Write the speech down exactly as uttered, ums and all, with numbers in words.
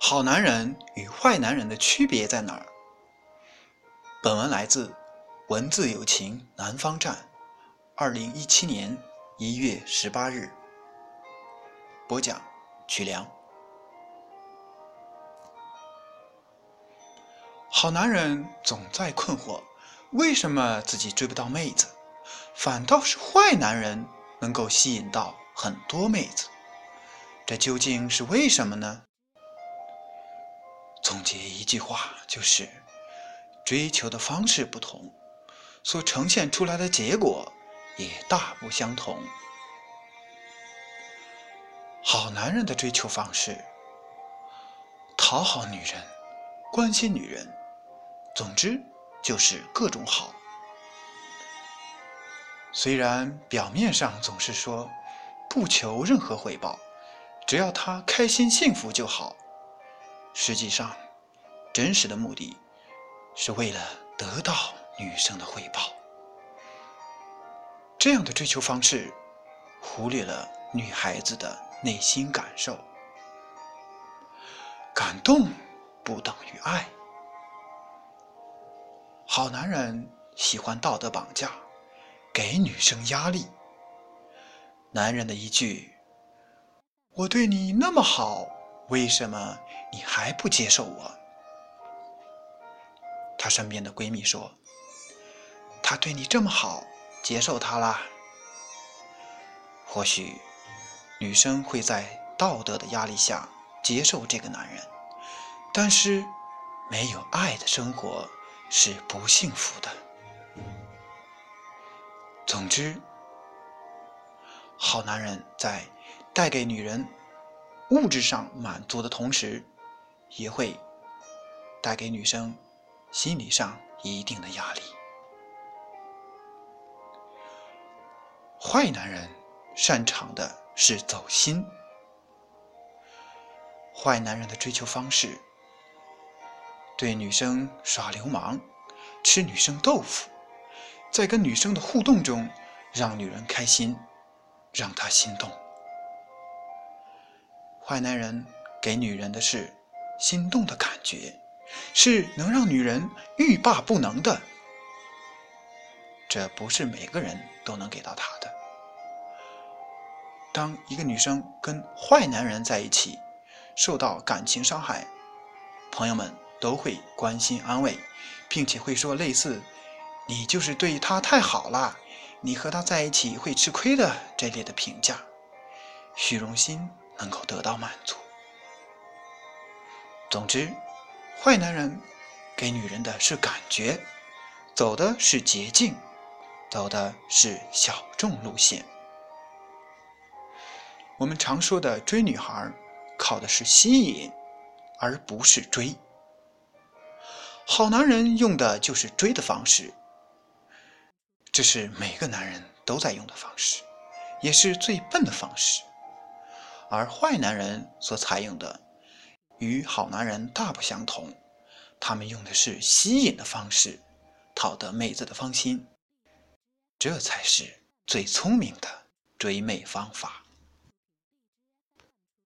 好男人与坏男人的区别在哪儿？本文来自文字有情南方站，二零一七年一月十八日。播讲曲良。好男人总在困惑，为什么自己追不到妹子，反倒是坏男人能够吸引到很多妹子，这究竟是为什么呢？总结一句话，就是追求的方式不同，所呈现出来的结果也大不相同。好男人的追求方式，讨好女人，关心女人，总之就是各种好。虽然表面上总是说不求任何回报，只要她开心幸福就好，实际上真实的目的是为了得到女生的回报。这样的追求方式忽略了女孩子的内心感受。感动不等于爱。好男人喜欢道德绑架，给女生压力。男人的一句“我对你那么好，为什么你还不接受我？”她身边的闺蜜说：“他对你这么好，接受他啦。”或许女生会在道德的压力下接受这个男人，但是没有爱的生活是不幸福的。总之，好男人在带给女人物质上满足的同时，也会带给女生心理上一定的压力。坏男人擅长的是走心。坏男人的追求方式，对女生耍流氓，吃女生豆腐，在跟女生的互动中让女人开心，让她心动。坏男人给女人的是心动的感觉，是能让女人欲罢不能的，这不是每个人都能给到他的。当一个女生跟坏男人在一起，受到感情伤害，朋友们都会关心安慰，并且会说类似“你就是对他太好了，你和他在一起会吃亏的”这类的评价，虚荣心能够得到满足。总之，坏男人给女人的是感觉，走的是捷径，走的是小众路线。我们常说的追女孩，靠的是吸引，而不是追。好男人用的就是追的方式，这是每个男人都在用的方式，也是最笨的方式。而坏男人所采用的与好男人大不相同，他们用的是吸引的方式，讨得妹子的芳心，这才是最聪明的追妹方法。